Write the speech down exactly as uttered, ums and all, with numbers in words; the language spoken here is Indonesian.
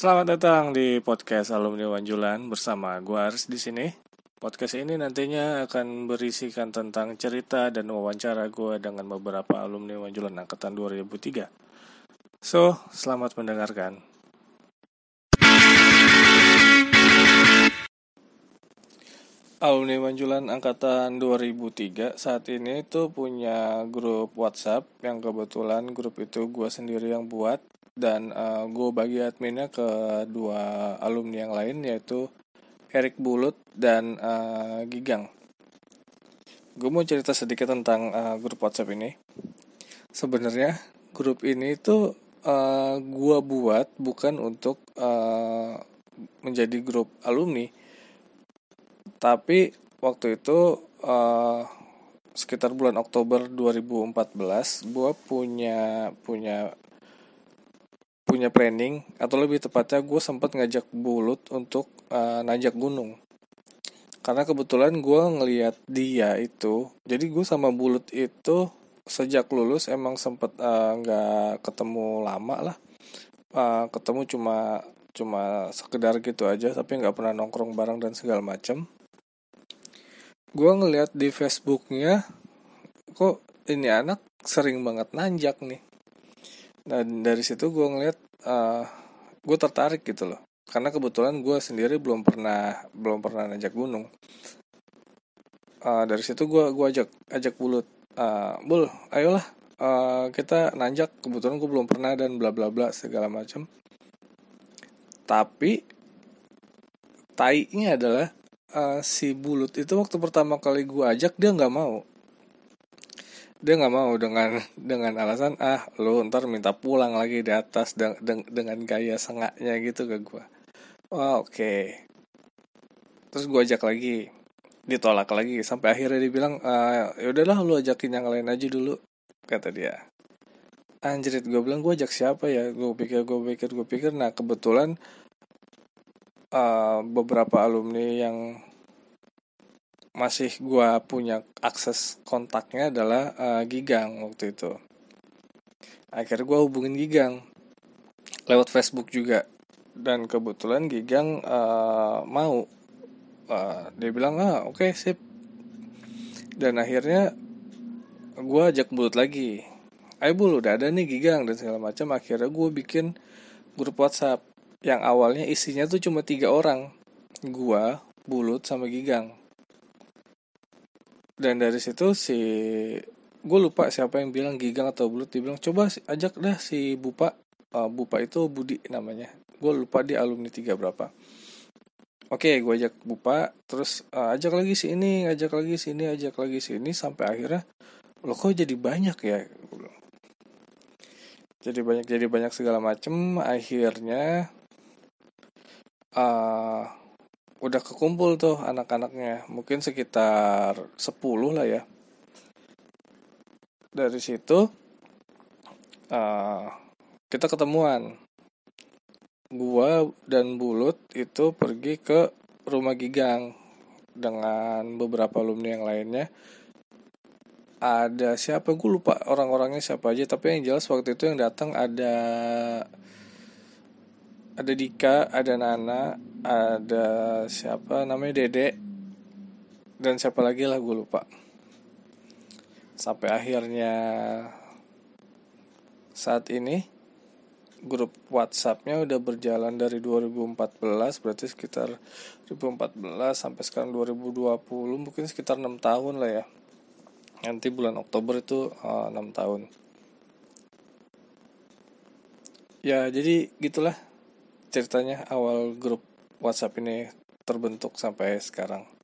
Selamat datang di podcast Alumni Wanjulan bersama gua Aris di sini. Podcast ini nantinya akan berisikan tentang cerita dan wawancara gua dengan beberapa alumni Wanjulan angkatan dua ribu tiga. So, selamat mendengarkan. Alumni Wanjulan angkatan dua ribu tiga saat ini tuh punya grup WhatsApp yang kebetulan grup itu gua sendiri yang buat. Dan uh, gue bagi adminnya ke dua alumni yang lain, yaitu Erik Bulut dan uh, Gigang. Gue mau cerita sedikit tentang uh, grup WhatsApp ini. Sebenarnya grup ini tuh uh, gue buat bukan untuk uh, menjadi grup alumni, tapi waktu itu uh, sekitar bulan Oktober dua ribu empat belas gue punya punya punya planning, atau lebih tepatnya gue sempat ngajak Bulut untuk uh, nanjak gunung. Karena kebetulan gue ngelihat dia itu, jadi gue sama Bulut itu sejak lulus emang sempat nggak uh, ketemu lama lah, uh, ketemu cuma cuma sekedar gitu aja, tapi nggak pernah nongkrong bareng dan segala macam. Gue ngelihat di Facebooknya, kok ini anak sering banget nanjak nih. Dan dari situ gue ngeliat, uh, gue tertarik gitu loh, karena kebetulan gue sendiri belum pernah belum pernah nanjak gunung. Uh, dari situ gue gue ajak ajak Bulut, uh, Bul, ayolah uh, kita nanjak. Kebetulan gue belum pernah dan bla bla bla segala macam. Tapi tainya adalah uh, si Bulut itu waktu pertama kali gue ajak dia nggak mau. Dia nggak mau dengan dengan alasan ah lu ntar minta pulang lagi di atas de- de- dengan gaya sengaknya gitu ke gue. Oh, oke okay. Terus gue ajak lagi, ditolak lagi sampai akhirnya dia bilang, ah, ya udahlah lu ajakin yang lain aja dulu, kata dia. Anjrit, gue bilang gue ajak siapa ya? Gue pikir gue pikir gue pikir. Nah kebetulan uh, beberapa alumni yang masih gue punya akses kontaknya adalah uh, Gigang waktu itu. Akhirnya gue hubungin Gigang lewat Facebook juga, dan kebetulan Gigang uh, mau. Uh, dia bilang ah oke okay, sip. Dan akhirnya gue ajak Bulut lagi. Ayo Bul, udah ada nih Gigang dan segala macam. Akhirnya gue bikin grup WhatsApp yang awalnya isinya tuh cuma tiga orang, gue, Bulut, sama Gigang. Dan dari situ si gue lupa siapa yang bilang, Gigang atau Bulut, dia bilang coba ajak dah si Bupa. uh, Bupa itu Budi namanya, gue lupa di alumni tiga berapa. Oke, gue ajak Bupa, terus uh, ajak lagi si ini, ajak lagi si ini, ajak lagi si ini, sampai akhirnya lo kok jadi banyak ya, jadi banyak jadi banyak segala macem. Akhirnya uh, udah kekumpul tuh anak-anaknya, mungkin sekitar sepuluh lah ya. Dari situ uh, kita ketemuan. Gua dan Bulut itu pergi ke rumah Gigang dengan beberapa alumni yang lainnya. Ada siapa, gue lupa orang-orangnya siapa aja, tapi yang jelas waktu itu yang datang ada ada Dika, ada Nana, ada siapa namanya Dede, dan siapa lagi lah gue lupa. Sampai akhirnya saat ini grup WhatsApp-nya udah berjalan dari dua ribu empat belas, berarti sekitar dua ribu empat belas sampai sekarang dua ribu dua puluh, mungkin sekitar enam tahun lah ya. Nanti bulan Oktober itu uh, enam tahun. Ya, jadi gitulah ceritanya awal grup WhatsApp ini terbentuk sampai sekarang.